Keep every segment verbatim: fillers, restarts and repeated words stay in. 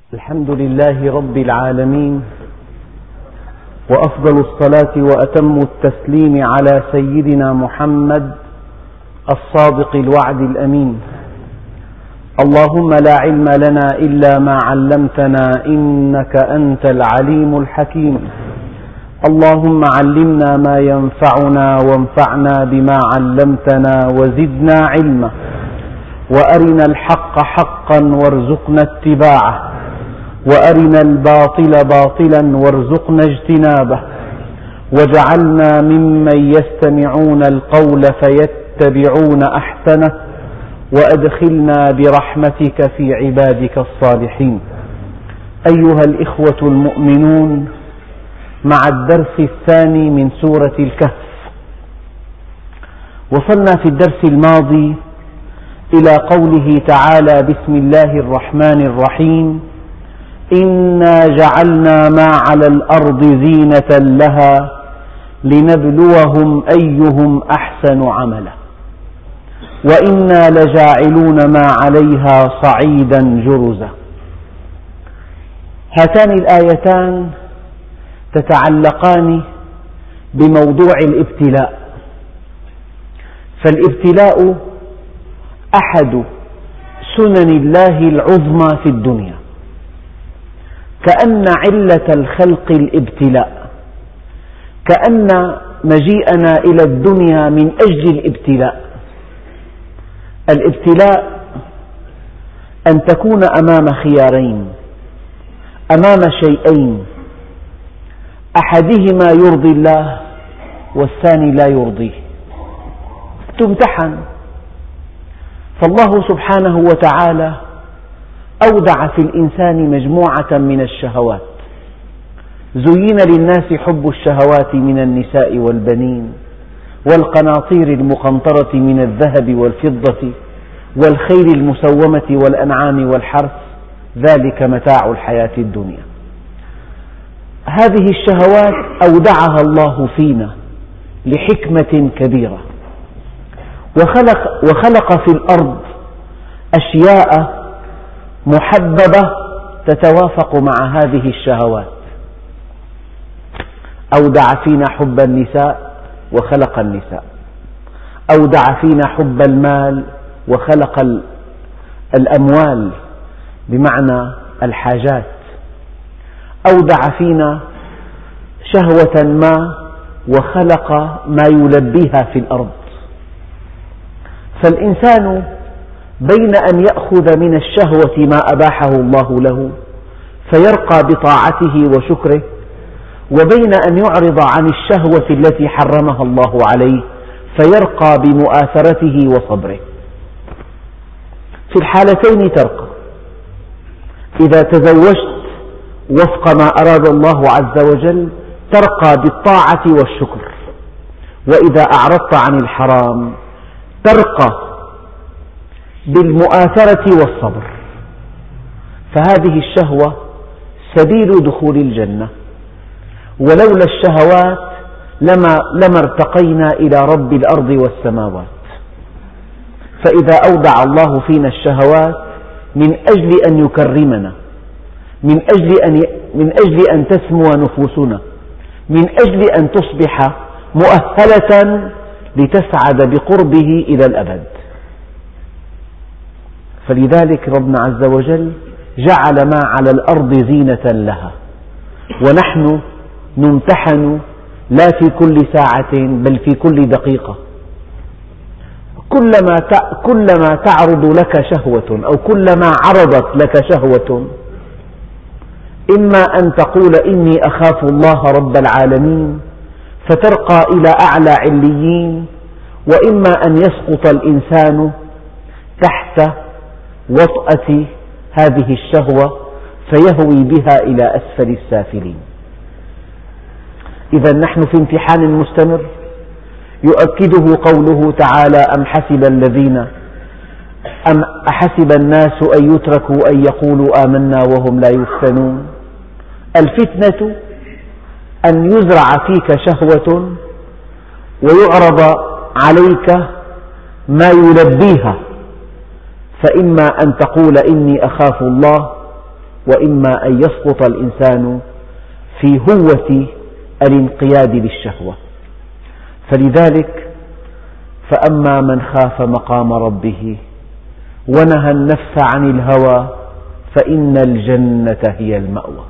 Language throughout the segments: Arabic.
الحمد لله رب العالمين، وأفضل الصلاة وأتم التسليم على سيدنا محمد الصادق الوعد الأمين. اللهم لا علم لنا إلا ما علمتنا إنك أنت العليم الحكيم. اللهم علمنا ما ينفعنا وانفعنا بما علمتنا وزدنا علما، وأرنا الحق حقا وارزقنا اتباعه، وأرنا الباطل باطلا وارزقنا اجتنابه، واجعلنا ممن يستمعون القول فيتبعون أحسنه، وأدخلنا برحمتك في عبادك الصالحين. أيها الإخوة المؤمنون، مع الدرس الثاني من سورة الكهف. وصلنا في الدرس الماضي إلى قوله تعالى: بسم الله الرحمن الرحيم: إنا جعلنا ما على الأرض زينة لها لنبلوهم أيهم أحسن عملا وإنا لجاعلون ما عليها صعيدا جرزا. هاتان الآيتان تتعلقان بموضوع الابتلاء، فالابتلاء أحد سنن الله العظمى في الدنيا، كأن علة الخلق الابتلاء، كأن مجيئنا إلى الدنيا من أجل الابتلاء. الابتلاء أن تكون أمام خيارين، أمام شيئين، أحدهما يرضي الله والثاني لا يرضيه، تمتحن. فالله سبحانه وتعالى أودع في الإنسان مجموعة من الشهوات. زين للناس حب الشهوات من النساء والبنين والقناطير المقنطرة من الذهب والفضة والخيل المسومة والأنعام والحرث، ذلك متاع الحياة الدنيا. هذه الشهوات أودعها الله فينا لحكمة كبيرة، وخلق, وخلق في الأرض أشياء محببة تتوافق مع هذه الشهوات. أودع فينا حب النساء وخلق النساء، أودع فينا حب المال وخلق الأموال بمعنى الحاجات، أودع فينا شهوة ما وخلق ما يلبيها في الأرض. فالإنسان بين أن يأخذ من الشهوة ما أباحه الله له فيرقى بطاعته وشكره، وبين أن يعرض عن الشهوة التي حرمها الله عليه فيرقى بمؤاثرته وصبره. في الحالتين ترقى. إذا تزوجت وفق ما أراد الله عز وجل ترقى بالطاعة والشكر، وإذا أعرضت عن الحرام ترقى بالمؤاثرة والصبر. فهذه الشهوة سبيل دخول الجنة، ولولا الشهوات لما, لما ارتقينا إلى رب الأرض والسماوات. فإذا أودع الله فينا الشهوات من أجل أن يكرمنا، من أجل أن, من أجل أن تسمو نفوسنا، من أجل أن تصبح مؤهلة لتسعد بقربه إلى الأبد. فلذلك ربنا عز وجل جعل ما على الأرض زينة لها، ونحن نمتحن لا في كل ساعة بل في كل دقيقة. كلما كلما تعرض لك شهوة أو كلما عرضت لك شهوة، إما أن تقول إني أخاف الله رب العالمين فترقى إلى أعلى عليين، وإما أن يسقط الإنسان تحت وطأة هذه الشهوة فيهوي بها إلى أسفل السافلين. إذا نحن في امتحان مستمر يؤكده قوله تعالى: أم حسب الذين أم أحسب الناس أن يتركوا أن يقولوا آمنا وهم لا يفتنون. الفتنة أن يزرع فيك شهوة ويعرض عليك ما يلبيها، فإما أن تقول إني أخاف الله، وإما أن يسقط الإنسان في هوة الانقياد للشهوة. فلذلك فأما من خاف مقام ربه ونهى النفس عن الهوى فإن الجنة هي المأوى.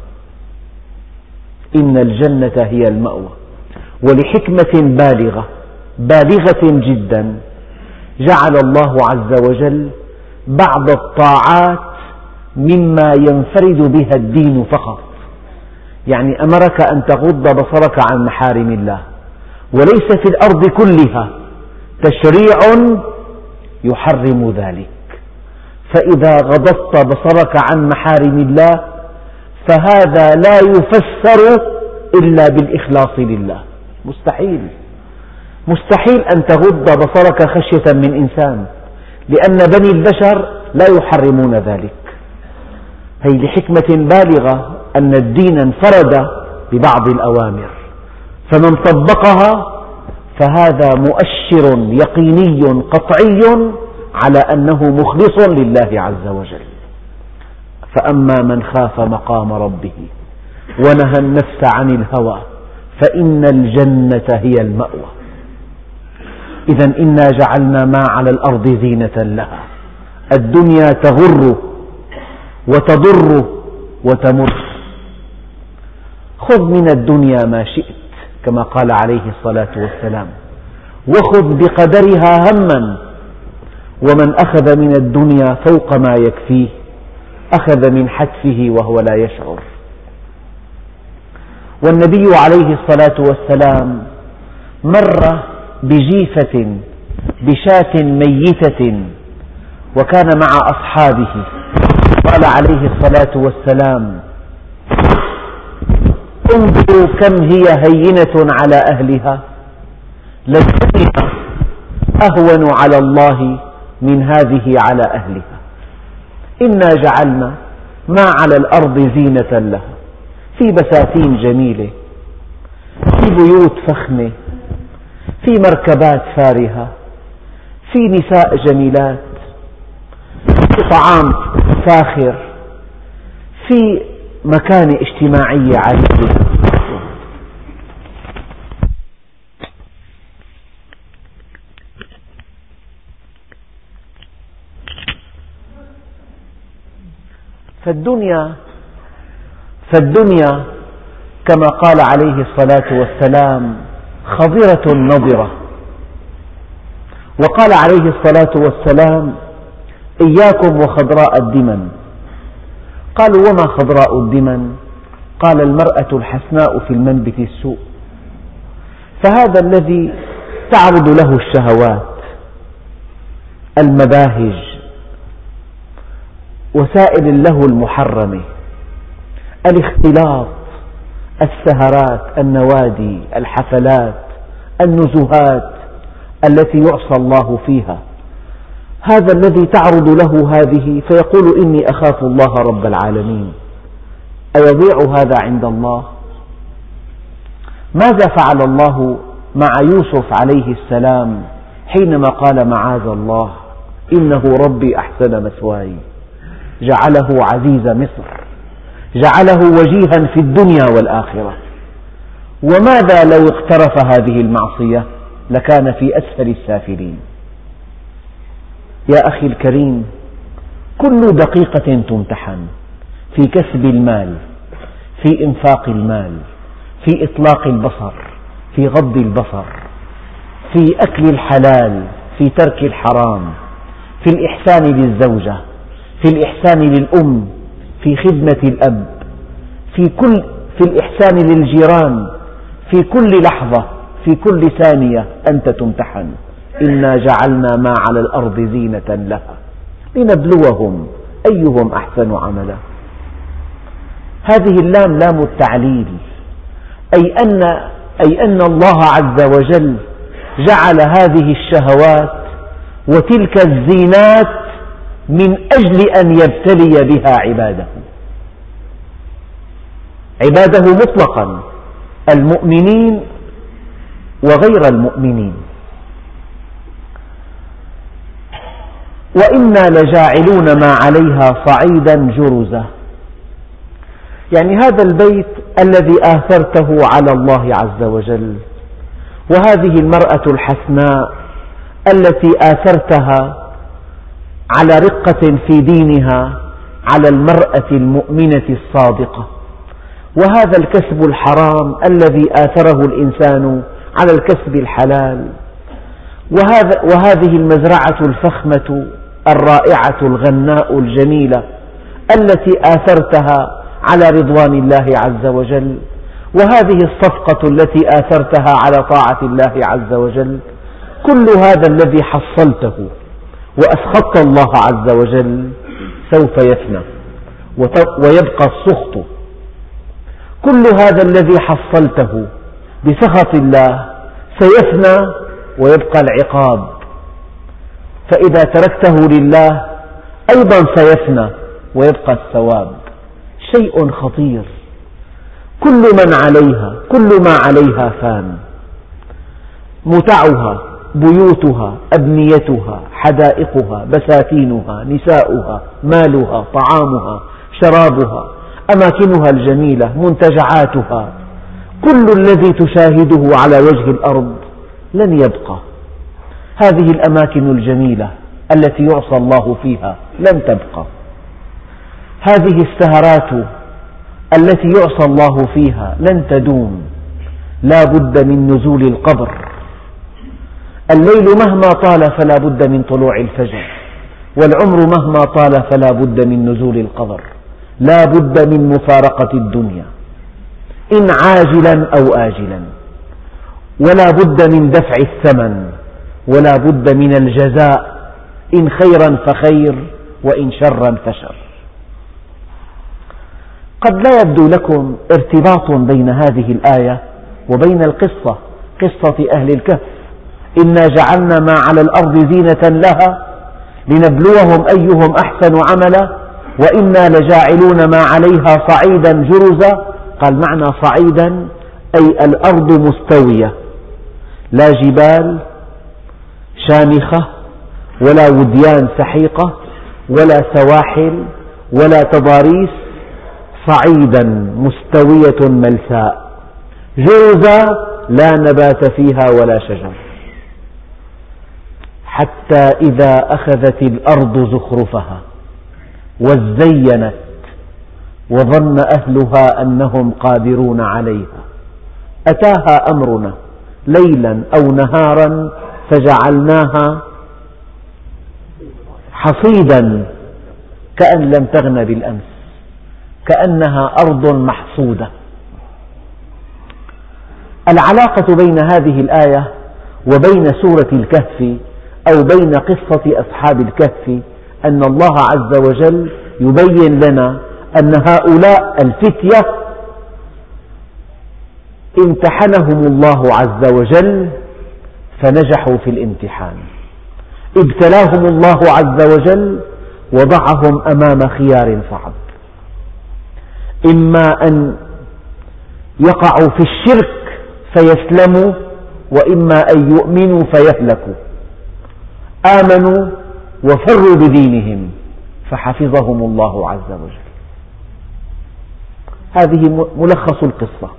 إن الجنة هي المأوى. ولحكمة بالغة بالغة جدا جعل الله عز وجل بعض الطاعات مما ينفرد بها الدين فقط، يعني أمرك أن تغض بصرك عن محارم الله، وليس في الأرض كلها تشريع يحرم ذلك. فإذا غضضت بصرك عن محارم الله فهذا لا يفسر إلا بالإخلاص لله. مستحيل مستحيل أن تغض بصرك خشية من إنسان، لأن بني البشر لا يحرمون ذلك. هي لحكمة بالغة أن الدين انفرد ببعض الأوامر، فمن طبقها فهذا مؤشر يقيني قطعي على أنه مخلص لله عز وجل. فأما من خاف مقام ربه ونهى النفس عن الهوى فإن الجنة هي المأوى. إذا إنا جعلنا ما على الأرض زينة لها. الدنيا تغر وتضر وتمر. خذ من الدنيا ما شئت كما قال عليه الصلاة والسلام، وخذ بقدرها هما، ومن أخذ من الدنيا فوق ما يكفيه أخذ من حتفه وهو لا يشعر. والنبي عليه الصلاة والسلام مر بجيفة بشاة ميتة وكان مع أصحابه، قال عليه الصلاة والسلام: انظروا كم هي هينة على أهلها، للدنيا أهون على الله من هذه على أهلها. إنا جعلنا ما على الأرض زينة لها، في بساتين جميلة، في بيوت فخمة، في مركبات فارهة، في نساء جميلات، في طعام فاخر، في مكانة اجتماعية عالية. فالدنيا فالدنيا كما قال عليه الصلاة والسلام خضرة نضرة. وقال عليه الصلاة والسلام: إياكم وخضراء الدمن. قالوا: وما خضراء الدمن؟ قال: المرأة الحسناء في المنبت السوء. فهذا الذي تعرض له الشهوات، المباهج، وسائل اللهو المحرمة، الاختلاط، السهرات، النوادي، الحفلات، النزهات التي يعصى الله فيها، هذا الذي تعرض له هذه فيقول: إني أخاف الله رب العالمين. أيضيع هذا عند الله؟ ماذا فعل الله مع يوسف عليه السلام حينما قال: معاذ الله إنه ربي أحسن مثواي، جعله عزيز مصر، جعله وجيها في الدنيا والآخرة. وماذا لو اقترف هذه المعصية؟ لكان في أسفل السافلين. يا أخي الكريم، كل دقيقة تمتحن في كسب المال، في إنفاق المال، في إطلاق البصر، في غض البصر، في أكل الحلال، في ترك الحرام، في الإحسان للزوجة، في الإحسان للأم، في خدمة الأب، في كل في الإحسان للجيران، في كل لحظة، في كل ثانية أنت تمتحن. إنا جعلنا ما على الأرض زينة لها لنبلوهم أيهم أحسن عملا. هذه اللام لام التعليل، أي أن أي أن الله عز وجل جعل هذه الشهوات وتلك الزينات من أجل أن يبتلي بها عباده، عباده مطلقا، المؤمنين وغير المؤمنين. وإنا لجاعلون ما عليها صعيدا جرزا. يعني هذا البيت الذي آثرته على الله عز وجل، وهذه المرأة الحسناء التي آثرتها على رقة في دينها على المرأة المؤمنة الصادقة، وهذا الكسب الحرام الذي آثره الإنسان على الكسب الحلال، وهذه المزرعة الفخمة الرائعة الغناء الجميلة التي آثرتها على رضوان الله عز وجل، وهذه الصفقة التي آثرتها على طاعة الله عز وجل. كل هذا الذي حصلته وأسخطت الله عز وجل سوف يفنى ويبقى السخط. كل هذا الذي حصلته بسخط الله سيفنى ويبقى العقاب، فإذا تركته لله أيضا سيفنى ويبقى الثواب. شيء خطير. كل من عليها كل ما عليها فان، متعها، بيوتها، أبنيتها، حدائقها، بساتينها، نساؤها، مالها، طعامها، شرابها، أماكنها الجميلة، منتجعاتها، كل الذي تشاهده على وجه الأرض لن يبقى. هذه الأماكن الجميلة التي يعصى الله فيها لن تبقى. هذه السهرات التي يعصى الله فيها لن تدوم، لا بد من نزول القبر. الليل مهما طال فلا بد من طلوع الفجر، والعمر مهما طال فلا بد من نزول القبر، لا بد من مفارقة الدنيا إن عاجلا أو آجلا، ولا بد من دفع الثمن، ولا بد من الجزاء إن خيرا فخير وإن شرا فشر. قد لا يبدو لكم ارتباط بين هذه الآية وبين القصة، قصة أهل الكهف: إنا جعلنا ما على الأرض زينة لها لنبلوهم أيهم أحسن عملا وإنا لجاعلون ما عليها صعيدا جرزا. قال معنى صعيدا أي الأرض مستوية، لا جبال شامخة ولا وديان سحيقة ولا سواحل ولا تضاريس، صعيدا مستوية ملساء، جرزا لا نبات فيها ولا شجر، حتى إذا أخذت الأرض زخرفها وزينت وظن أهلها أنهم قادرون عليها أتاها أمرنا ليلا أو نهارا فجعلناها حصيدا كأن لم تغن بالأمس، كأنها أرض محصودة. العلاقة بين هذه الآية وبين سورة الكهف أو بين قصة أصحاب الكهف أن الله عز وجل يبين لنا أن هؤلاء الفتية امتحنهم الله عز وجل فنجحوا في الامتحان، ابتلاهم الله عز وجل وضعهم أمام خيار صعب: إما أن يقعوا في الشرك فيسلموا، وإما أن يؤمنوا فيهلكوا. آمنوا وفروا بدينهم فحفظهم الله عز وجل. هذه ملخص القصة.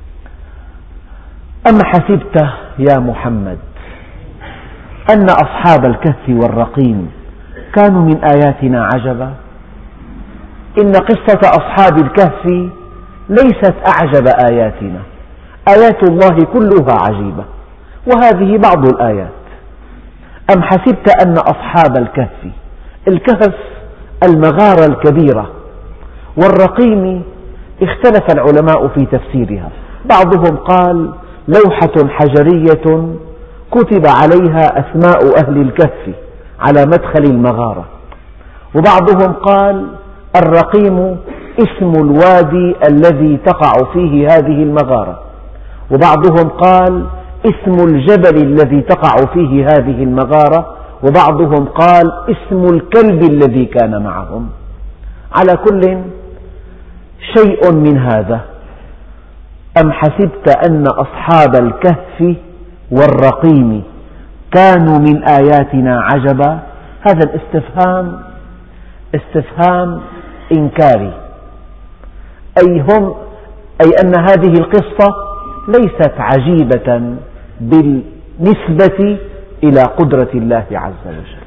أم حسبت يا محمد أن أصحاب الكهف والرقيم كانوا من آياتنا عجبا؟ إن قصة أصحاب الكهف ليست أعجب آياتنا، آيات الله كلها عجيبة، وهذه بعض الآيات. أم حسبت أن أصحاب الكهف، الكهف المغارة الكبيرة، والرقيم اختلف العلماء في تفسيرها. بعضهم قال لوحة حجرية كتب عليها أسماء أهل الكهف على مدخل المغارة، وبعضهم قال الرقيم اسم الوادي الذي تقع فيه هذه المغارة، وبعضهم قال اسم الجبل الذي تقع فيه هذه المغارة، وبعضهم قال اسم الكلب الذي كان معهم. على كل شيء من هذا. أم حسبت أن أصحاب الكهف والرقيم كانوا من آياتنا عجبا؟ هذا الاستفهام استفهام إنكاري. أي هم أي أن هذه القصة ليست عجيبة بالنسبة إلى قدرة الله عز وجل،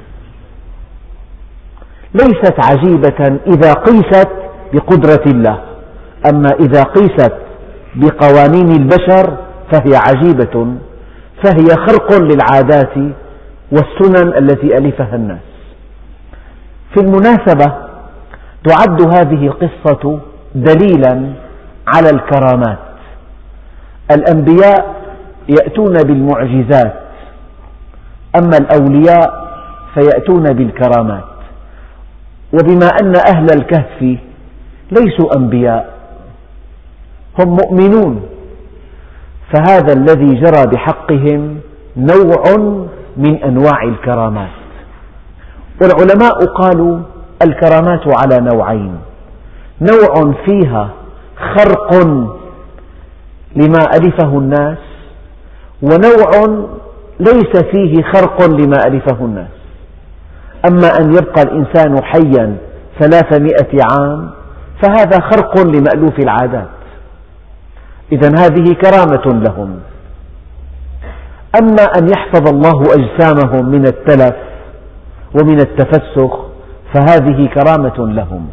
ليست عجيبة إذا قيست بقدرة الله، أما إذا قيست بقوانين البشر فهي عجيبة، فهي خرق للعادات والسنن التي ألفها الناس. في المناسبة تعد هذه القصة دليلا على الكرامات. الأنبياء يأتون بالمعجزات، أما الأولياء فيأتون بالكرامات. وبما أن أهل الكهف ليسوا أنبياء، هم مؤمنون، فهذا الذي جرى بحقهم نوع من أنواع الكرامات. والعلماء قالوا الكرامات على نوعين: نوع فيها خرق لما ألفه الناس، ونوع ليس فيه خرق لما ألفه الناس. أما أن يبقى الإنسان حيا ثلاثمائة عام فهذا خرق لمألوف العادات، إذن هذه كرامة لهم. أما أن يحفظ الله أجسامهم من التلف ومن التفسخ فهذه كرامة لهم.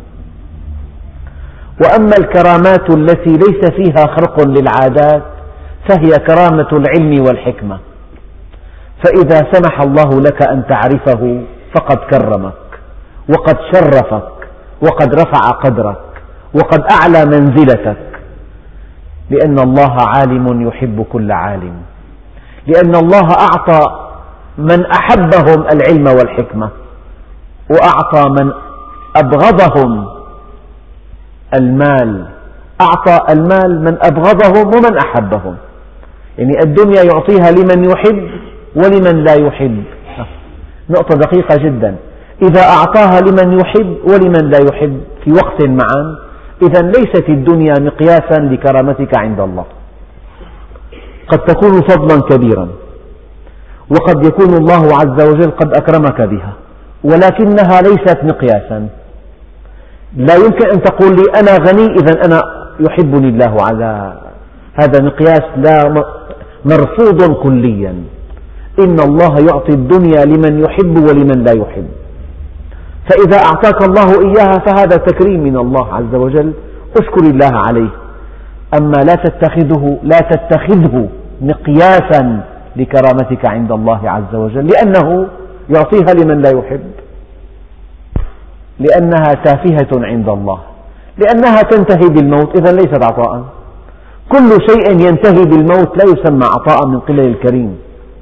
وأما الكرامات التي ليس فيها خرق للعادات فهي كرامة العلم والحكمة، فإذا سمح الله لك أن تعرفه فقد كرمك وقد شرفك وقد رفع قدرك وقد أعلى منزلتك، لأن الله عالم يحب كل عالم، لأن الله أعطى من أحبهم العلم والحكمة، وأعطى من أبغضهم المال، أعطى المال من أبغضهم ومن أحبهم. يعني الدنيا يعطيها لمن يحب ولمن لا يحب، نقطة دقيقة جدا. إذا أعطاها لمن يحب ولمن لا يحب في وقت معا، إذن ليست الدنيا مقياسا لكرامتك عند الله. قد تكون فضلا كبيرا، وقد يكون الله عز وجل قد أكرمك بها، ولكنها ليست مقياسا. لا يمكن أن تقول لي أنا غني إذن أنا يحبني الله، على هذا مقياس لا مرفوض كليا. إن الله يعطي الدنيا لمن يحب ولمن لا يحب، فإذا أعطاك الله إياها فهذا تكريم من الله عز وجل، اشكر الله عليه. أما لا تتخذه, لا تتخذه مقياسا لكرامتك عند الله عز وجل، لأنه يعطيها لمن لا يحب، لأنها تافهة عند الله، لأنها تنتهي بالموت، إذن ليست عطاء. كل شيء ينتهي بالموت لا يسمى عطاء من قبل الكريم.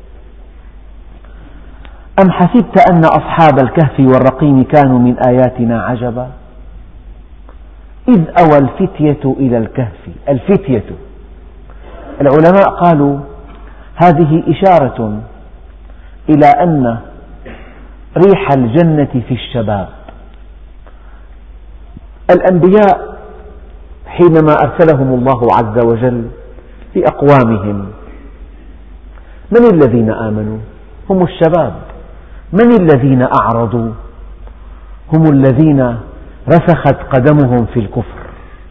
أم حسبت أن أصحاب الكهف والرقيم كانوا من آياتنا عجبا إذ أوى الفتية إلى الكهف. الفتية، العلماء قالوا هذه إشارة إلى أن ريح الجنة في الشباب. الأنبياء حينما أرسلهم الله عز وجل لأقوامهم، من الذين آمنوا؟ هم الشباب. من الذين أعرضوا؟ هم الذين رسخت قدمهم في الكفر،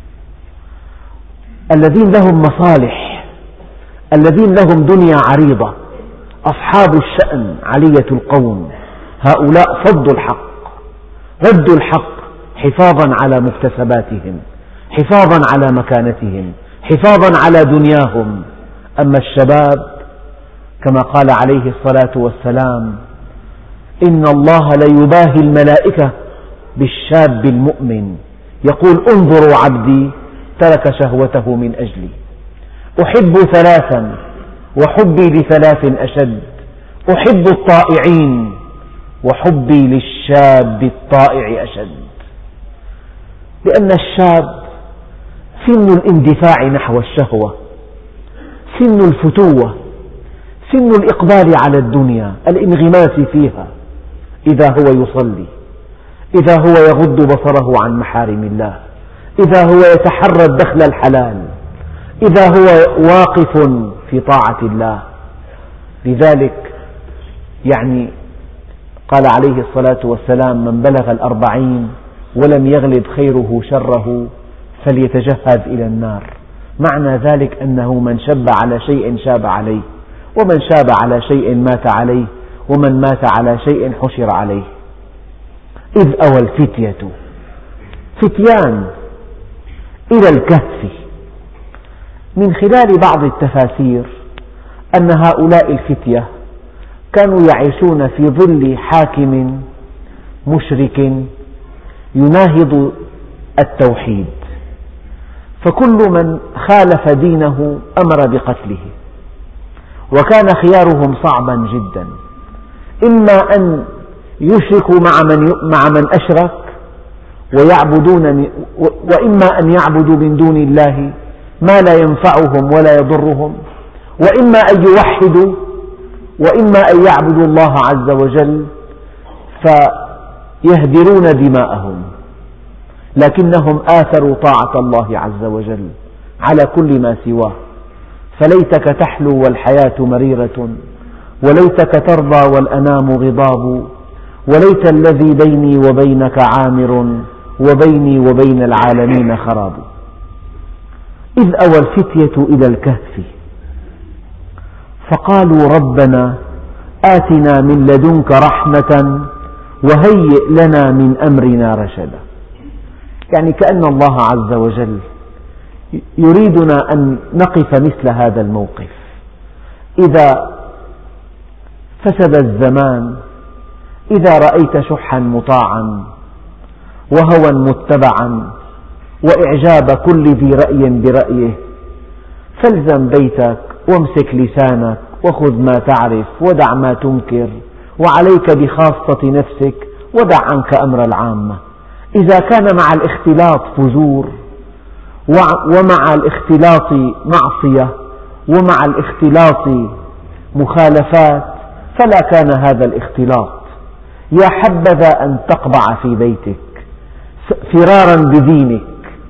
الذين لهم مصالح، الذين لهم دنيا عريضة، أصحاب الشأن علية القوم. هؤلاء صدوا الحق، ردوا الحق حفاظا على مكتسباتهم، حفاظا على مكانتهم، حفاظا على دنياهم. أما الشباب كما قال عليه الصلاة والسلام: إن الله ليباهي الملائكة بالشاب المؤمن، يقول: انظروا عبدي ترك شهوته من أجلي، أحب ثلاثا وحبي لثلاث أشد، أحب الطائعين وحبي للشاب الطائع أشد. لأن الشاب سن الاندفاع نحو الشهوة، سن الفتوة، سن الإقبال على الدنيا، الانغماس فيها. إذا هو يصلي، إذا هو يغض بصره عن محارم الله، إذا هو يتحرى الدخل الحلال، إذا هو واقف في طاعة الله. لذلك يعني قال عليه الصلاة والسلام: من بلغ الأربعين ولم يغلب خيره شره فليتجهز إلى النار. معنى ذلك أنه من شب على شيء شاب عليه، ومن شاب على شيء مات عليه، ومن مات على شيء حشر عليه. إذ أوى الفتية فتيان إلى الكهف. من خلال بعض التفاسير أن هؤلاء الفتية كانوا يعيشون في ظل حاكم مشرك يناهض التوحيد، فكل من خالف دينه أمر بقتله، وكان خيارهم صعبا جدا، إما أن يشركوا مع من مع من أشرك ويعبدون، وإما أن يعبدوا من دون الله ما لا ينفعهم ولا يضرهم، وإما أن يوحدوا، وإما أن يعبدوا الله عز وجل فيهدرون دماءهم، لكنهم آثروا طاعة الله عز وجل على كل ما سواه. فليتك تحلو والحياة مريرة، وليتك ترضى والأنام غضاب، وليت الذي بيني وبينك عامر، وبيني وبين العالمين خراب. إذ أوى الفتية إلى الكهف فقالوا ربنا آتنا من لدنك رحمة وهيئ لنا من أمرنا رشدا. يعني كأن الله عز وجل يريدنا أن نقف مثل هذا الموقف. إذا فسد الزمان، إذا رأيت شحا مطاعا وهوى متبعا وإعجاب كل ذي رأي برأيه، فالزم بيتك وامسك لسانك وخذ ما تعرف ودع ما تنكر، وعليك بخاصة نفسك ودع عنك أمر العامة. إذا كان مع الاختلاط فجور، ومع الاختلاط معصية، ومع الاختلاط مخالفات، فلا كان هذا الاختلاط. يا حبذا أن تقبع في بيتك فرارا بدينك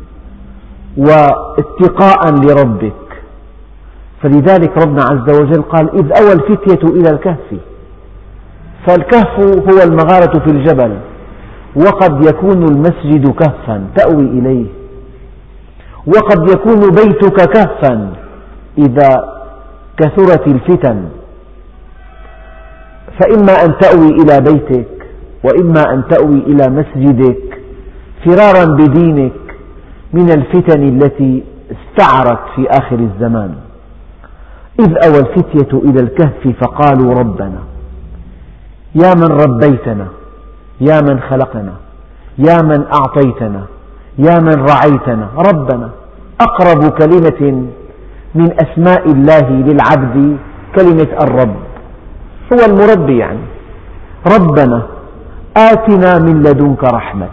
واتقاء لربك. فلذلك ربنا عز وجل قال إذ أوى الفتية إلى الكهف. فالكهف هو المغارة في الجبل، وقد يكون المسجد كهفا تأوي إليه، وقد يكون بيتك كهفا إذا كثرت الفتن، فإما أن تأوي إلى بيتك، وإما أن تأوي إلى مسجدك فرارا بدينك من الفتن التي استعرت في آخر الزمان. إذ أوى الفتية إلى الكهف فقالوا ربنا، يا من ربيتنا، يا من خلقنا، يا من أعطيتنا، يا من رعيتنا. ربنا أقرب كلمة من أسماء الله للعبد كلمة الرب، هو المربي. يعني ربنا آتنا من لدنك رحمة.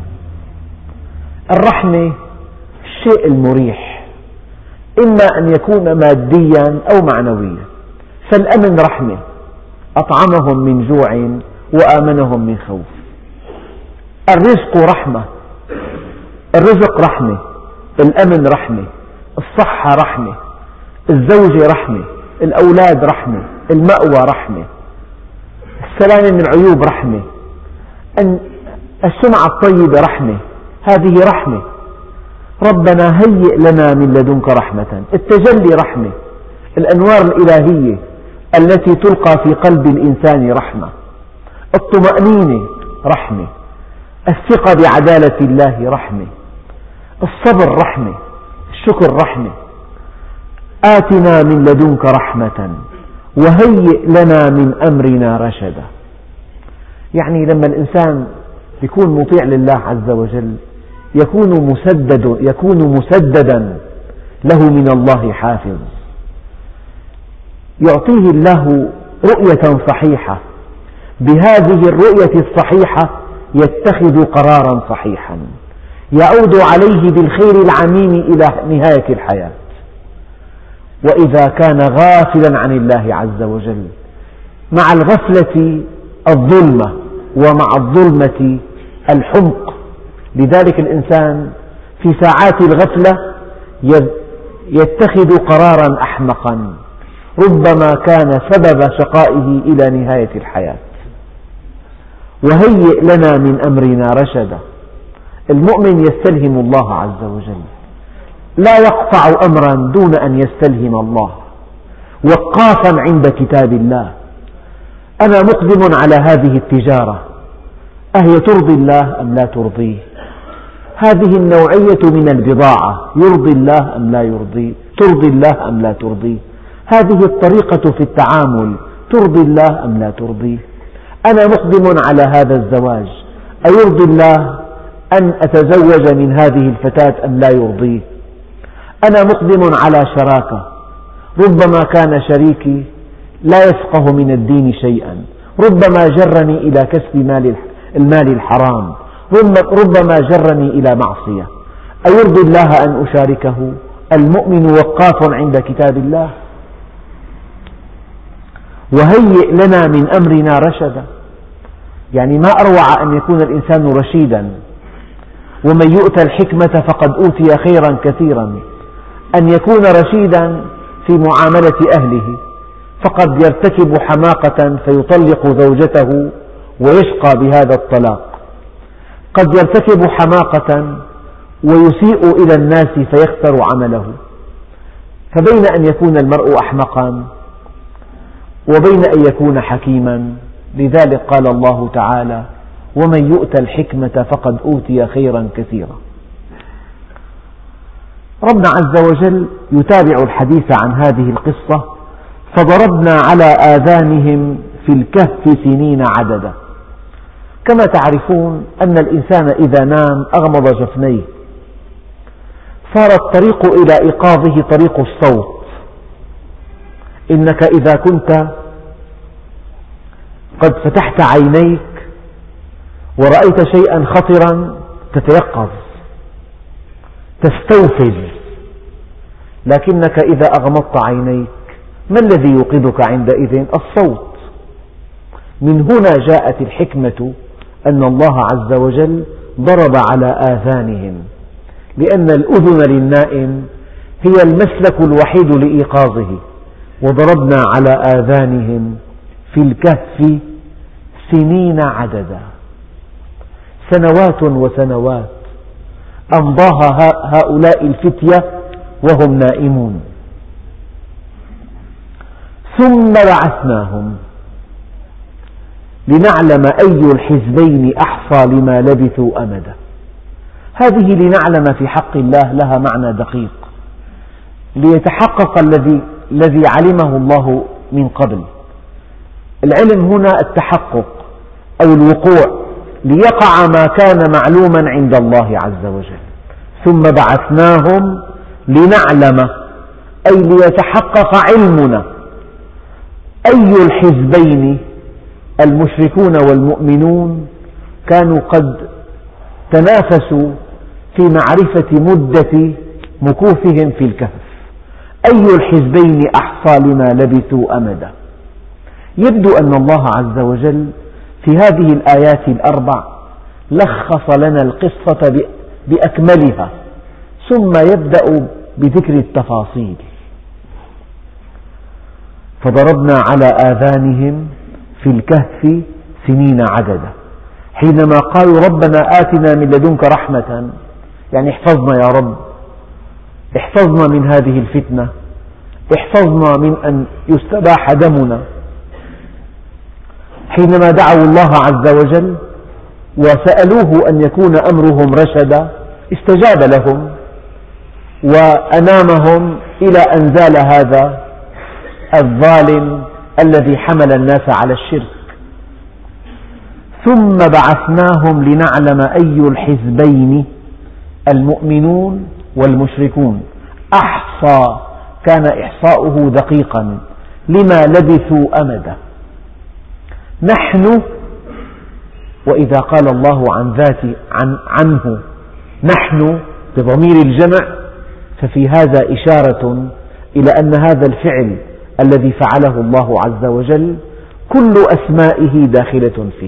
الرحمة الشيء المريح، إما أن يكون ماديا أو معنويا. فالأمن رحمة، أطعمهم من جوع وآمنهم من خوف. الرزق رحمة، الرزق رحمة، الأمن رحمة، الصحة رحمة، الزوجة رحمة، الأولاد رحمة، المأوى رحمة، السلامة من العيوب رحمة، السمعة الطيبة رحمة، هذه رحمة. ربنا هيئ لنا من لدنك رحمة، التجلي رحمة، الأنوار الإلهية التي تلقى في قلب الإنسان رحمة، الطمأنينة رحمة، الثقة بعدالة الله رحمة، الصبر رحمة، الشكر رحمة. آتنا من لدنك رحمة وهيئ لنا من أمرنا رشدا. يعني لما الإنسان يكون مطيع لله عز وجل يكون مسدد يكون مسددا له من الله حافظ، يعطيه الله رؤية صحيحة، بهذه الرؤية الصحيحة يتخذ قرارا صحيحا يعود عليه بالخير العميم إلى نهاية الحياة. وإذا كان غافلا عن الله عز وجل، مع الغفلة الظلمة، ومع الظلمة الحمق. لذلك الإنسان في ساعات الغفلة يتخذ قرارا أحمقا ربما كان سبب شقائه إلى نهاية الحياة. وهيئ لنا من أمرنا رشدا. المؤمن يستلهم الله عز وجل، لا يقطع أمرا دون أن يستلهم الله، وقافا عند كتاب الله. أنا مقدم على هذه التجارة، أهي ترضي الله أم لا ترضيه؟ هذه النوعية من البضاعة يرضي الله أم لا يرضيه؟ ترضي الله أم لا ترضيه؟ هذه الطريقة في التعامل ترضي الله أم لا ترضيه؟ أنا مقدم على هذا الزواج، أيرضي الله أن أتزوج من هذه الفتاة أم لا يرضيه؟ أنا مقدم على شراكة، ربما كان شريكي لا يفقه من الدين شيئا، ربما جرني إلى كسب المال الحرام، ربما جرني إلى معصية، أيرضي الله أن أشاركه؟ المؤمن وقاف عند كتاب الله. وهيئ لنا من أمرنا رشدا، يعني ما أروع أن يكون الإنسان رشيدا، ومن يؤت الحكمة فقد أوتي خيرا كثيرا. أن يكون رشيدا في معاملة أهله، فقد يرتكب حماقة فيطلق زوجته ويشقى بهذا الطلاق، قد يرتكب حماقة ويسيء إلى الناس فيخسر عمله. فبين أن يكون المرء أحمقا وبين أن يكون حكيما، لذلك قال الله تعالى: ومن يؤت الحكمة فقد أوتي خيرا كثيرا. ربنا عز وجل يتابع الحديث عن هذه القصة: فضربنا على آذانهم في الكهف سنين عددا. كما تعرفون أن الإنسان إذا نام أغمض جفنيه، صار الطريق إلى إيقاظه طريق الصوت. إنك إذا كنت قد فتحت عينيك ورأيت شيئا خطرا تتيقظ، تستوفز، لكنك إذا أغمضت عينيك ما الذي يوقظك عندئذ؟ الصوت. من هنا جاءت الحكمة أن الله عز وجل ضرب على آذانهم، لأن الأذن للنائم هي المسلك الوحيد لإيقاظه. وضربنا على آذانهم في الكهف سنين عددا، سنوات وسنوات أمضاها هؤلاء الفتية وهم نائمون. ثم بعثناهم لنعلم أي الحزبين أحصى لما لبثوا أمدا. هذه لنعلم في حق الله لها معنى دقيق، ليتحقق الذي الذي علمه الله من قبل. العلم هنا التحقق أو الوقوع، ليقع ما كان معلوما عند الله عز وجل. ثم بعثناهم لنعلم، أي ليتحقق علمنا، أي الحزبين، المشركون والمؤمنون، كانوا قد تنافسوا في معرفة مدة مكوثهم في الكهف. أي الحزبين أحصى لما لبثوا أمدا. يبدو أن الله عز وجل في هذه الآيات الأربع لخص لنا القصة بأكملها، ثم يبدأ بذكر التفاصيل. فضربنا على آذانهم في الكهف سنين عددا. حينما قالوا ربنا آتنا من لدنك رحمة، يعني احفظنا يا رب، احفظنا من هذه الفتنة، احفظنا من أن يستباح دمنا. حينما دعوا الله عز وجل وسألوه أن يكون أمرهم رشدا، استجاب لهم وأنامهم إلى أن زال هذا الظالم الذي حمل الناس على الشرك. ثم بعثناهم لنعلم أي الحزبين، المؤمنون والمشركون، أحصى، كان إحصاؤه دقيقا، لما لبثوا أمدا. نحن، وإذا قال الله عن ذاته عن عنه نحن بضمير الجمع، ففي هذا إشارة إلى أن هذا الفعل الذي فعله الله عز وجل كل أسمائه داخلة فيه.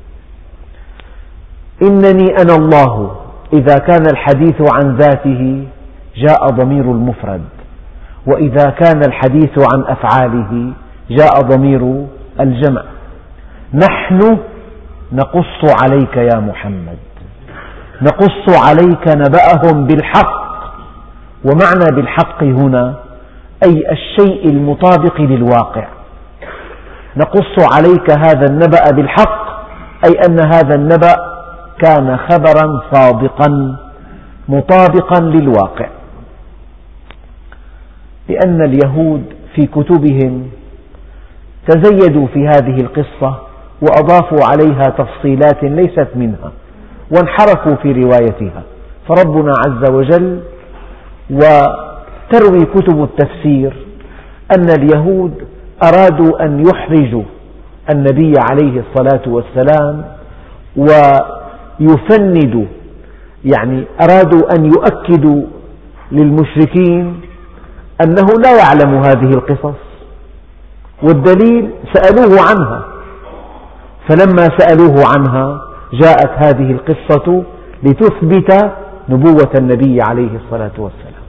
إنني أنا الله، إذا كان الحديث عن ذاته جاء ضمير المفرد، وإذا كان الحديث عن أفعاله جاء ضمير الجمع. نحن نقص عليك يا محمد، نقص عليك نبأهم بالحق ومعنى بالحق هنا أي الشيء المطابق للواقع. نقص عليك هذا النبأ بالحق أي أن هذا النبأ كان خبرا صادقا مطابقا للواقع. لأن اليهود في كتبهم تزيدوا في هذه القصة وأضافوا عليها تفصيلات ليست منها وانحرفوا في روايتها، فربنا عز وجل وتروي كتب التفسير أن اليهود أرادوا أن يحرجوا النبي عليه الصلاة والسلام ويفندوا، يعني أرادوا أن يؤكدوا للمشركين أنه لا يعلم هذه القصص، والدليل سألوه عنها، فلما سألوه عنها جاءت هذه القصة لتثبت نبوة النبي عليه الصلاة والسلام.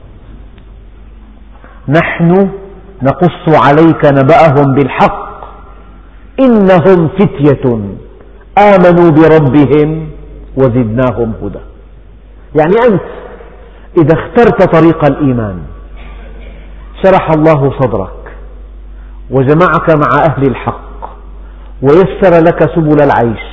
نحن نقص عليك نبأهم بالحق إنهم فتية آمنوا بربهم وزدناهم هدى. يعني أنت إذا اخترت طريق الإيمان شرح الله صدرك وجمعك مع أهل الحق ويسر لك سبل العيش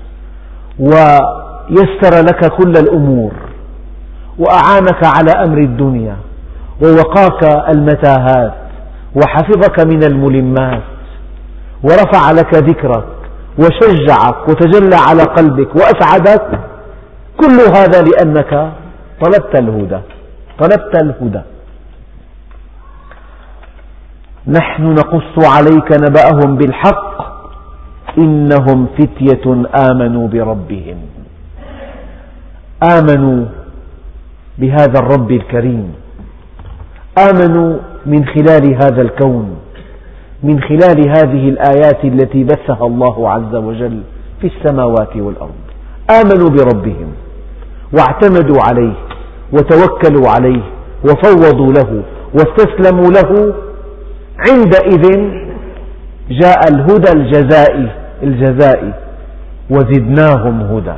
ويسر لك كل الأمور وأعانك على أمر الدنيا ووقاك المتاهات وحفظك من الملمات ورفع لك ذكرك وشجعك وتجلى على قلبك وأسعدك، كل هذا لأنك طلبت الهدى طلبت الهدى. نحن نقص عليك نبأهم بالحق إنهم فتية آمنوا بربهم، آمنوا بهذا الرب الكريم، آمنوا من خلال هذا الكون، من خلال هذه الآيات التي بثها الله عز وجل في السماوات والأرض، آمنوا بربهم واعتمدوا عليه وتوكلوا عليه وفوضوا له واستسلموا له. عندئذ جاء الهدى الجزائي الجزائي وزدناهم هدى.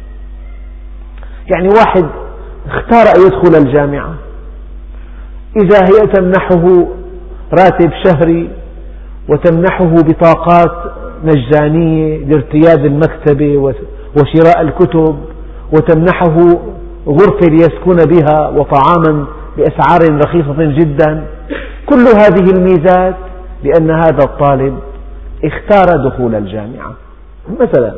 يعني واحد اختار أن يدخل الجامعة، إذا هي تمنحه راتب شهري وتمنحه بطاقات مجانية لارتياد المكتبة وشراء الكتب وتمنحه غرفة ليسكن بها وطعاما بأسعار رخيصة جدا، كل هذه الميزات لأن هذا الطالب اختار دخول الجامعة. مثلا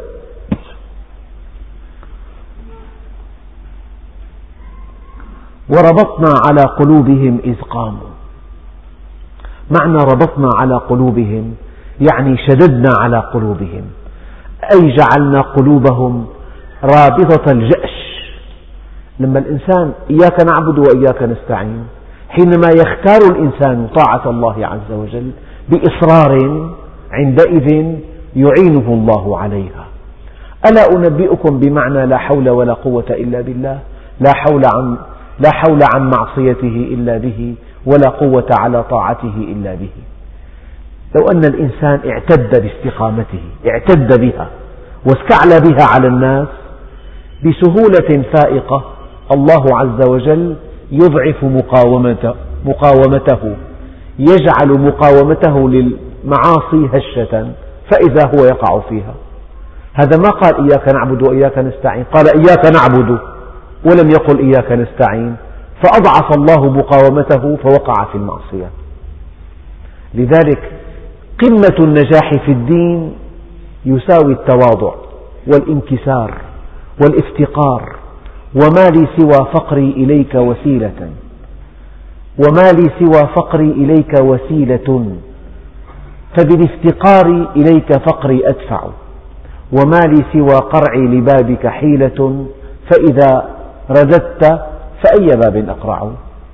وربطنا على قلوبهم إذ قاموا، معنى ربطنا على قلوبهم يعني شددنا على قلوبهم، أي جعلنا قلوبهم رابطة الجأش. لما الإنسان إياك نعبد وإياك نستعين، حينما يختار الإنسان طاعة الله عز وجل بإصرار عندئذ يعينه الله عليها. ألا أنبئكم بمعنى لا حول ولا قوة إلا بالله، لا حول عن لا حول عن معصيته إلا به ولا قوة على طاعته إلا به. لو أن الإنسان اعتد باستقامته، اعتد بها واستعلى بها على الناس بسهولة فائقة، الله عز وجل يضعف مقاومته, مقاومته يجعل مقاومته للمعاصي هشة، فإذا هو يقع فيها. هذا ما قال إياك نعبد وإياك نستعين، قال إياك نعبد ولم يقل إياك نستعين، فأضعف الله مقاومته فوقع في المعصية. لذلك قمة النجاح في الدين يساوي التواضع والانكسار والافتقار. وما لي سوى فقري إليك وسيلة، وما لي سوى فقري إليك وسيلة، فبالافتقار إليك فقري أدفع، وما لي سوى قرعي لبابك حيلة، فإذا رددت فأي باب أقرع.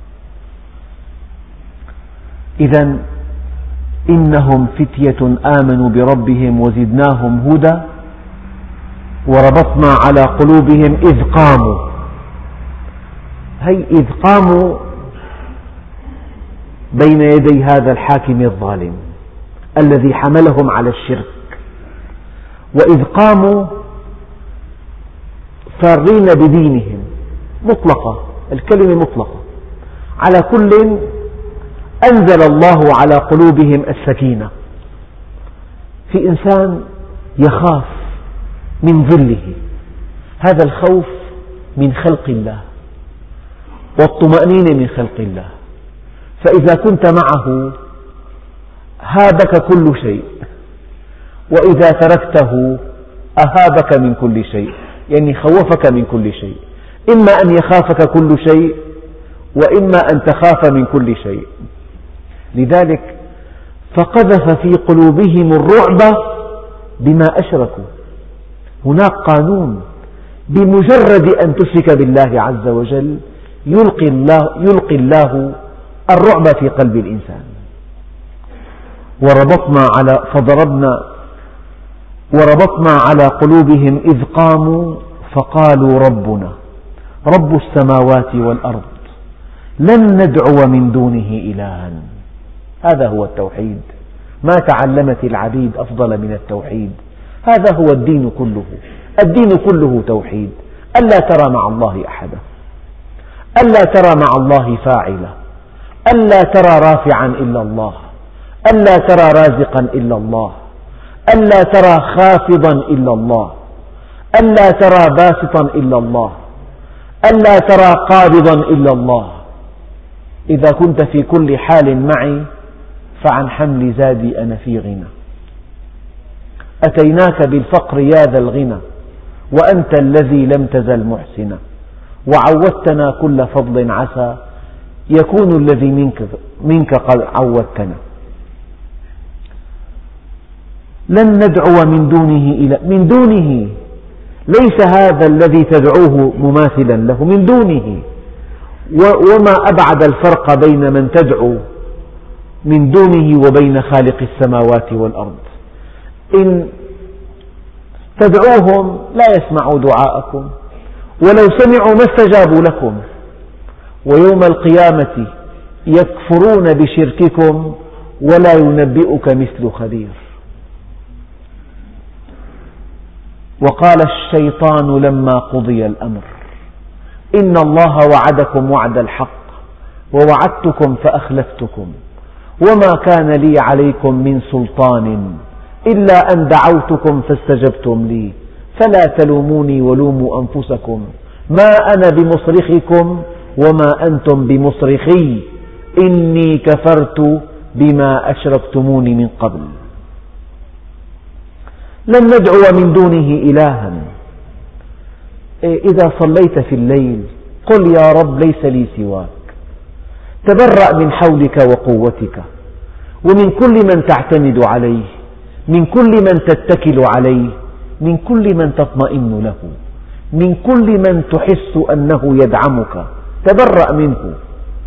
إذن إنهم فتية آمنوا بربهم وزدناهم هدى وربطنا على قلوبهم إذ قاموا. هي إذ قاموا بين يدي هذا الحاكم الظالم الذي حملهم على الشرك، وإذ قاموا فارين بدينهم، مطلقة، الكلمة مطلقة، على كل أنزل الله على قلوبهم السكينة. في إنسان يخاف من ظله، هذا الخوف من خلق الله، والطمأنينة من خلق الله، فإذا كنت معه هابك كل شيء، وإذا تركته أهابك من كل شيء، يعني خوفك من كل شيء، إما أن يخافك كل شيء وإما أن تخاف من كل شيء. لذلك فقذف في قلوبهم الرعب بما أشركوا. هناك قانون، بمجرد أن تشرك بالله عز وجل يلقي الله, يلقي الله الرعب في قلب الإنسان. وربطنا على فضربنا وربطنا على قلوبهم إذ قاموا فقالوا ربنا رب السماوات والأرض لن ندعو من دونه إلها. هذا هو التوحيد. ما تعلمت العبيد أفضل من التوحيد. هذا هو الدين كله. الدين كله توحيد. ألا ترى مع الله أحدا، ألا ترى مع الله فاعلا، ألا ترى رافعا إلا الله، ألا ترى رازقا إلا الله، ألا ترى خافضا إلا الله، ألا ترى باسطا إلا الله، ألا ترى قابضا إلا الله. إذا كنت في كل حال معي فعن حمل زادي أنا في غنى. أتيناك بالفقر يا ذا الغنى وأنت الذي لم تزل محسنا، وعودتنا كل فضل عسى يكون الذي منك, منك قد عودتنا. لن ندعو من دونه إلى من دونه، ليس هذا الذي تدعوه مماثلا له، من دونه. وما أبعد الفرق بين من تدعو من دونه وبين خالق السماوات والأرض. إن تدعوهم لا يسمعوا دعاءكم، ولو سمعوا ما استجابوا لكم، ويوم القيامة يكفرون بشرككم ولا ينبئك مثل خبير. وقال الشيطان لما قضي الأمر إن الله وعدكم وعد الحق ووعدتكم فأخلفتكم وما كان لي عليكم من سلطان إلا أن دعوتكم فاستجبتم لي فلا تلوموني ولوموا أنفسكم ما أنا بمصرخكم وما أنتم بمصرخي إني كفرت بما أشركتموني من قبل. لن ندعو من دونه إلها. إذا صليت في الليل قل يا رب ليس لي سواك، تبرأ من حولك وقوتك ومن كل من تعتمد عليه، من كل من تتكل عليه، من كل من تطمئن له، من كل من تحس أنه يدعمك، تبرأ منه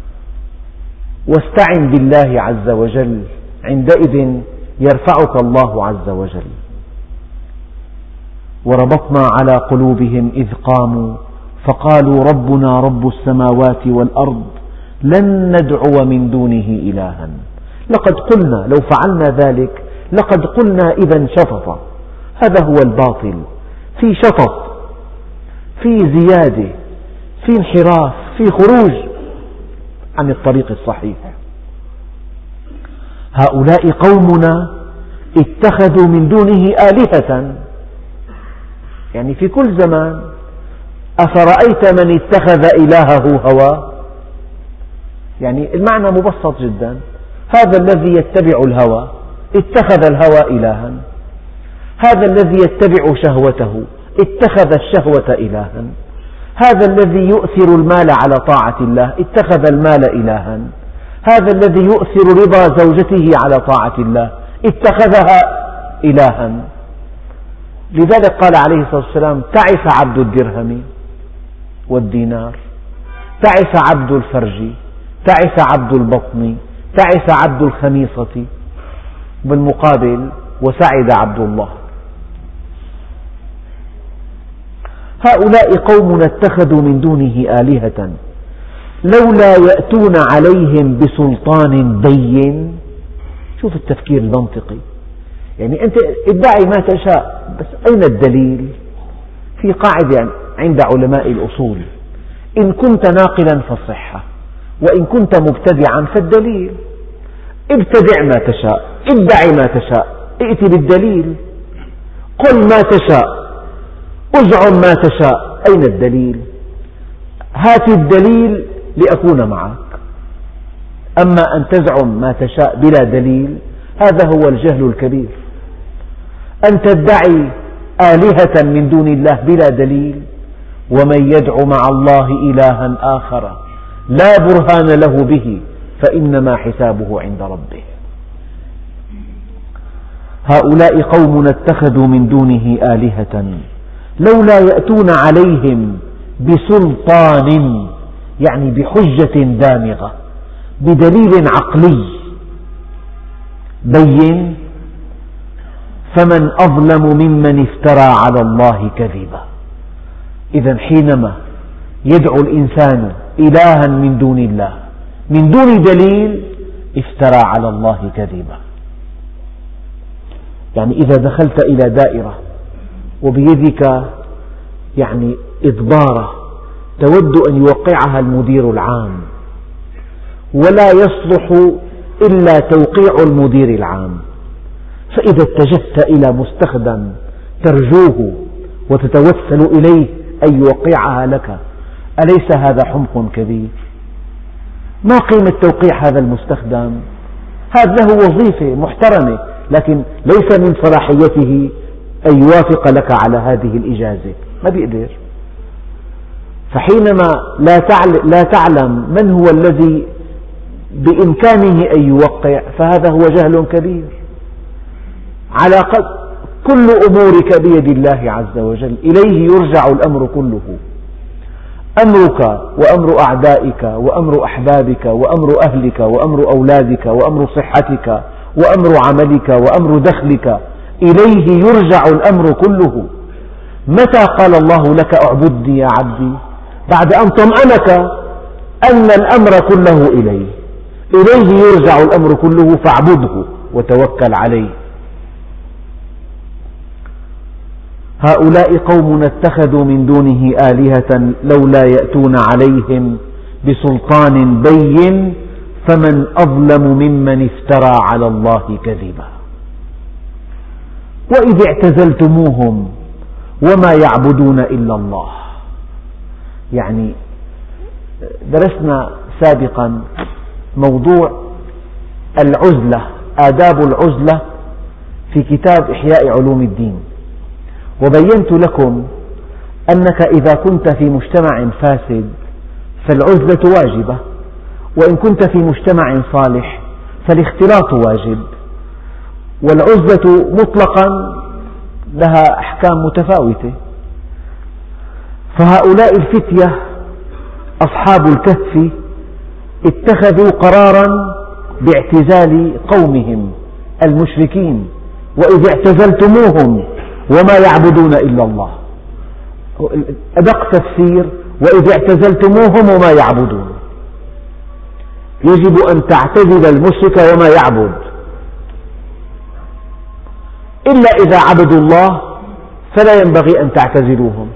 واستعن بالله عز وجل، عندئذ يرفعك الله عز وجل. وربطنا على قلوبهم إذ قاموا فقالوا ربنا رب السماوات والأرض لن ندعو من دونه إلها. لقد قلنا، لو فعلنا ذلك لقد قلنا إذا شططا. هذا هو الباطل، في شطط، في زيادة، في انحراف، في خروج عن الطريق الصحيح. هؤلاء قومنا اتخذوا من دونه آلهة، يعني في كل زمان. أفرأيت من اتخذ إلهه هواه؟ يعني المعنى مبسط جدا، هذا الذي يتبع الهوى اتخذ الهوى إلها، هذا الذي يتبع شهوته اتخذ الشهوة إلها، هذا الذي يؤثر المال على طاعة الله اتخذ المال إلها، هذا الذي يؤثر رضا زوجته على طاعة الله اتخذها إلها. لذلك قال عليه الصلاة والسلام تعس عبد الدرهم والدينار، تعس عبد الفرج، تعس عبد البطن، تعس عبد الخميصة، بالمقابل وسعد عبد الله. هؤلاء قومنا اتخذوا من دونه آلهة لولا يأتون عليهم بسلطان بين. شوف التفكير المنطقي، يعني أنت ادعي ما تشاء، بس أين الدليل؟ في قاعدة عند علماء الأصول: إن كنت ناقلا فالصحة، وإن كنت مبتدعا فالدليل، ابتدع ما تشاء، ادعي ما تشاء، ائت بالدليل، قل ما تشاء، ازعم ما تشاء، أين الدليل؟ هات الدليل لأكون معك. أما أن تزعم ما تشاء بلا دليل هذا هو الجهل الكبير. أن تدعي آلهة من دون الله بلا دليل، ومن يدع مع الله إلها آخر لا برهان له به فإنما حسابه عند ربه. هؤلاء قوم اتخذوا من دونه آلهة لولا يأتون عليهم بسلطان، يعني بحجة دامغة، بدليل عقلي بين، فمن أظلم ممن افترى على الله كذبا. إذا حينما يدعو الإنسان إلها من دون الله من دون دليل افترى على الله كذبا. يعني إذا دخلت إلى دائرة وبيدك يعني إضبارة تود أن يوقعها المدير العام ولا يصلح إلا توقيع المدير العام، فإذا اتجهت إلى مستخدم ترجوه وتتوسل إليه أن يوقعها لك، أليس هذا حمق كبير؟ ما قيمة توقيع هذا المستخدم؟ هذا له وظيفة محترمة، لكن ليس من صلاحيته أن يوافق لك على هذه الإجازة، ما بيقدر. فحينما لا تعلم من هو الذي بإمكانه أن يوقع فهذا هو جهل كبير. على قد كل أمورك بيد الله عز وجل، إليه يرجع الأمر كله، أمرك وأمر أعدائك وأمر أحبابك وأمر أهلك وأمر أولادك وأمر صحتك وأمر عملك وأمر دخلك، إليه يرجع الأمر كله. متى قال الله لك اعبدني يا عبدي؟ بعد أن طمأنك أن الأمر كله إليه، إليه يرجع الأمر كله، فاعبده وتوكل عليه. هؤلاء قوم اتخذوا من دونه آلهة لولا يأتون عليهم بسلطان بين فمن أظلم ممن افترى على الله كذبا. وإذ اعتزلتموهم وما يعبدون إلا الله. يعني درسنا سابقا موضوع العزلة، آداب العزلة في كتاب إحياء علوم الدين، وبينت لكم أنك إذا كنت في مجتمع فاسد فالعزلة واجبة، وإن كنت في مجتمع صالح فالاختلاط واجب، والعزلة مطلقا لها أحكام متفاوتة. فهؤلاء الفتية أصحاب الكهف اتخذوا قرارا باعتزال قومهم المشركين، وإذ اعتزلتموهم وما يعبدون إلا الله. أدق تفسير: وإذ اعتزلتموهم وما يعبدون. يجب أن تعتزل المشرك وما يعبد، إلا إذا عبدوا الله فلا ينبغي أن تعتزلوهم.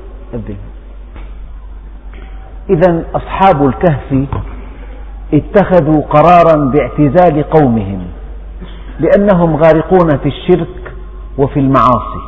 إذن أصحاب الكهف اتخذوا قرارا باعتزال قومهم لأنهم غارقون في الشرك وفي المعاصي،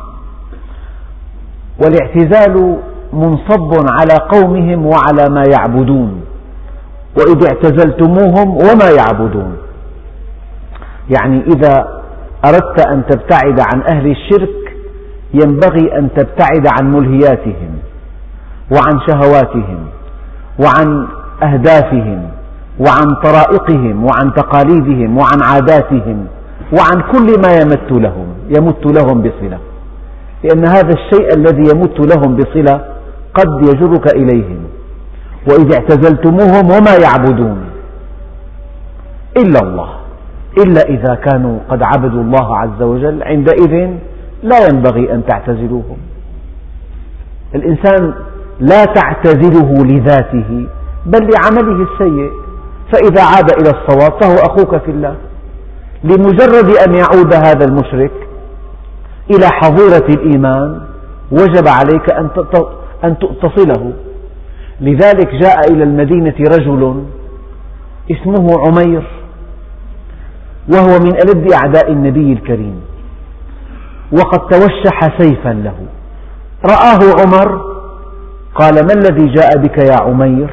والاعتزال منصب على قومهم وعلى ما يعبدون. وإذ اعتزلتموهم وما يعبدون، يعني إذا أردت أن تبتعد عن أهل الشرك ينبغي أن تبتعد عن ملهياتهم وعن شهواتهم وعن أهدافهم وعن طرائقهم وعن تقاليدهم وعن عاداتهم وعن كل ما يمت لهم يمت لهم بصلة، لأن هذا الشيء الذي يمت لهم بصلة قد يجرك إليهم. وإذ اعتزلتموهم وما يعبدون إلا الله، إلا إذا كانوا قد عبدوا الله عز وجل، عندئذ لا ينبغي أن تعتزلوهم. الإنسان لا تعتزله لذاته بل لعمله السيء، فإذا عاد إلى الصواب فهو أخوك في الله. لمجرد أن يعود هذا المشرك إلى حظيرة الإيمان وجب عليك أن تصله. لذلك جاء إلى المدينة رجل اسمه عمير، وهو من ألد أعداء النبي الكريم، وقد توشح سيفا له. رآه عمر قال: ما الذي جاء بك يا عمير؟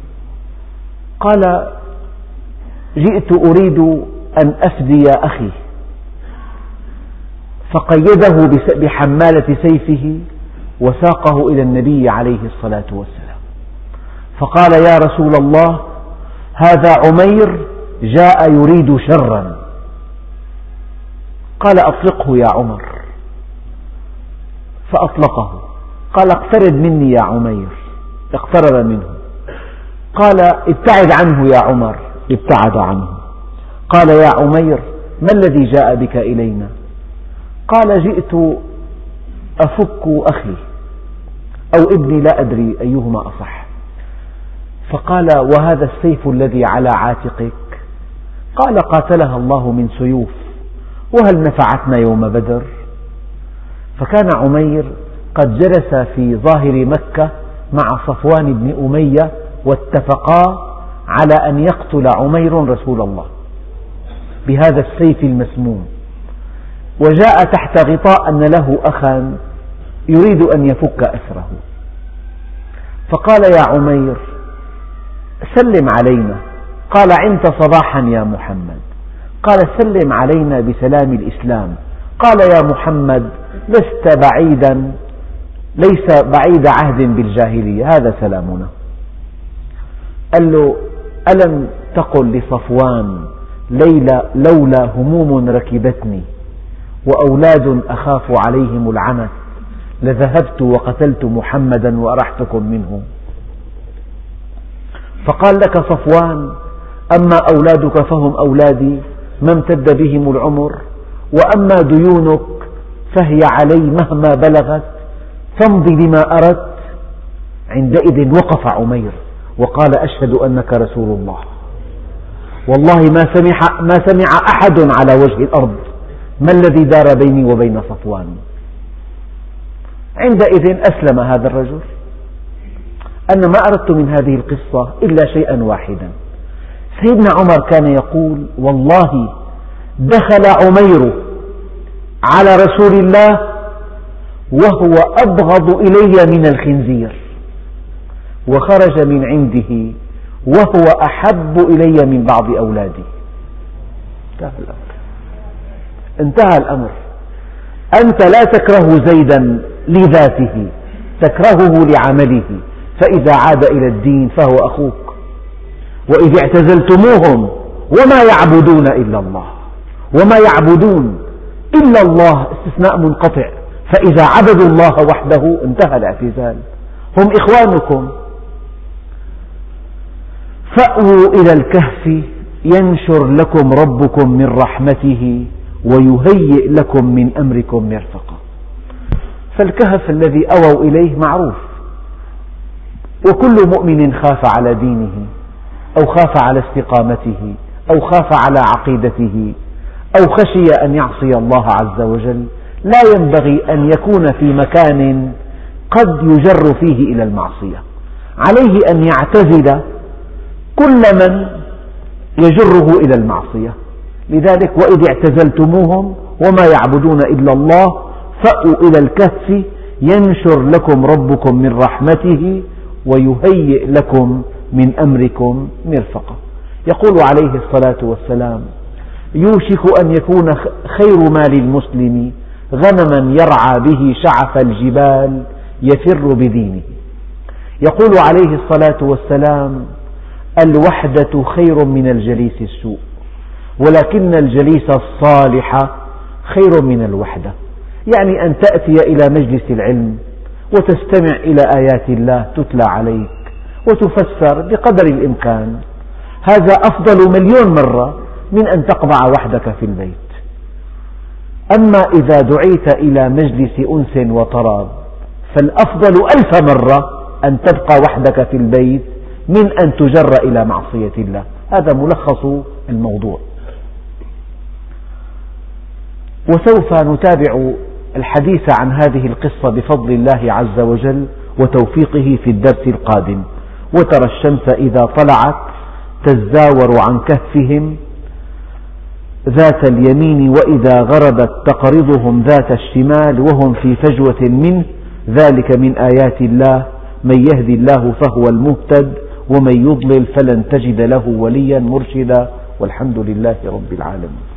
قال: جئت أريد أن أفدي أخي. فقيده بحمالة سيفه وساقه إلى النبي عليه الصلاة والسلام، فقال: يا رسول الله، هذا عمير جاء يريد شرا. قال: أطلقه يا عمر. فأطلقه. قال: اقترب مني يا عمير. اقترب منه. قال: ابتعد عنه يا عمر. ابتعد عنه. قال: يا عمير، ما الذي جاء بك إلينا؟ قال: جئت أفك أخي أو ابني، لا أدري أيهما أصح. فقال: وهذا السيف الذي على عاتقك؟ قال: قاتلها الله من سيوف، وهل نفعتنا يوم بدر؟ فكان عمير قد جلس في ظاهر مكة مع صفوان بن أمية، واتفقا على أن يقتل عمير رسول الله بهذا السيف المسموم، وجاء تحت غطاء أن له أخا يريد أن يفك أسره. فقال: يا عمير، سلم علينا. قال: عنت صباحا يا محمد. قال: سلم علينا بسلام الإسلام. قال: يا محمد، لست بعيدا، ليس بعيد عهد بالجاهلية، هذا سلامنا. قال له: ألم تقل لصفوان ليلى لولا هموم ركبتني وأولاد أخاف عليهم العنت لذهبت وقتلت محمدا وأرحتكم منه؟ فقال: لك صفوان: أما أولادك فهم أولادي ما امتد بهم العمر، وأما ديونك فهي علي مهما بلغت، فامض لما أردت. عندئذ وقف عمير وقال: أشهد أنك رسول الله، والله ما سمع, ما سمع أحد على وجه الأرض ما الذي دار بيني وبين صفوان. عندئذ أسلم هذا الرجل. أنا ما أردت من هذه القصة إلا شيئا واحدا. سيدنا عمر كان يقول: والله دخل عمير على رسول الله وهو أبغض إلي من الخنزير، وخرج من عنده وهو أحب إلي من بعض أولادي. انتهى الأمر. انتهى الأمر. أنت لا تكره زيدا لذاته، تكرهه لعمله، فإذا عاد إلى الدين فهو أخوك. وإذ اعتزلتموهم وما يعبدون إلا الله، وما يعبدون إلا الله استثناء منقطع، فإذا عبدوا الله وحده انتهى الاعتزال، هم إخوانكم. فأووا إلى الكهف ينشر لكم ربكم من رحمته ويهيئ لكم من أمركم مرفقا. فالكهف الذي أووا إليه معروف، وكل مؤمن خاف على دينه أو خاف على استقامته أو خاف على عقيدته أو خشي أن يعصي الله عز وجل لا ينبغي أن يكون في مكان قد يجر فيه إلى المعصية، عليه أن يعتزل كل من يجره إلى المعصية. لذلك وإذ اعتزلتموهم وما يعبدون إلا الله فأووا إلى الكهف ينشر لكم ربكم من رحمته ويهيئ لكم من أمركم مرفقا. يقول عليه الصلاة والسلام: يوشك أن يكون خير مال المسلم غنما يرعى به شعف الجبال يفر بدينه. يقول عليه الصلاة والسلام: الوحدة خير من الجليس السوء، ولكن الجليس الصالح خير من الوحدة. يعني أن تأتي إلى مجلس العلم وتستمع إلى آيات الله تتلى عليك وتفسر بقدر الإمكان، هذا أفضل مليون مرة من أن تقبع وحدك في البيت. أما إذا دعيت إلى مجلس أنس وطراب فالأفضل ألف مرة أن تبقى وحدك في البيت من أن تجر إلى معصية الله. هذا ملخص الموضوع. وسوف نتابع الحديث عن هذه القصة بفضل الله عز وجل وتوفيقه في الدرس القادم. وترى الشمس إذا طلعت تزاور عن كهفهم ذات اليمين وإذا غربت تقرضهم ذات الشمال وهم في فجوة منه ذلك من آيات الله من يهدي الله فهو المهتد ومن يضلل فلن تجد له وليا مرشدا والحمد لله رب العالمين.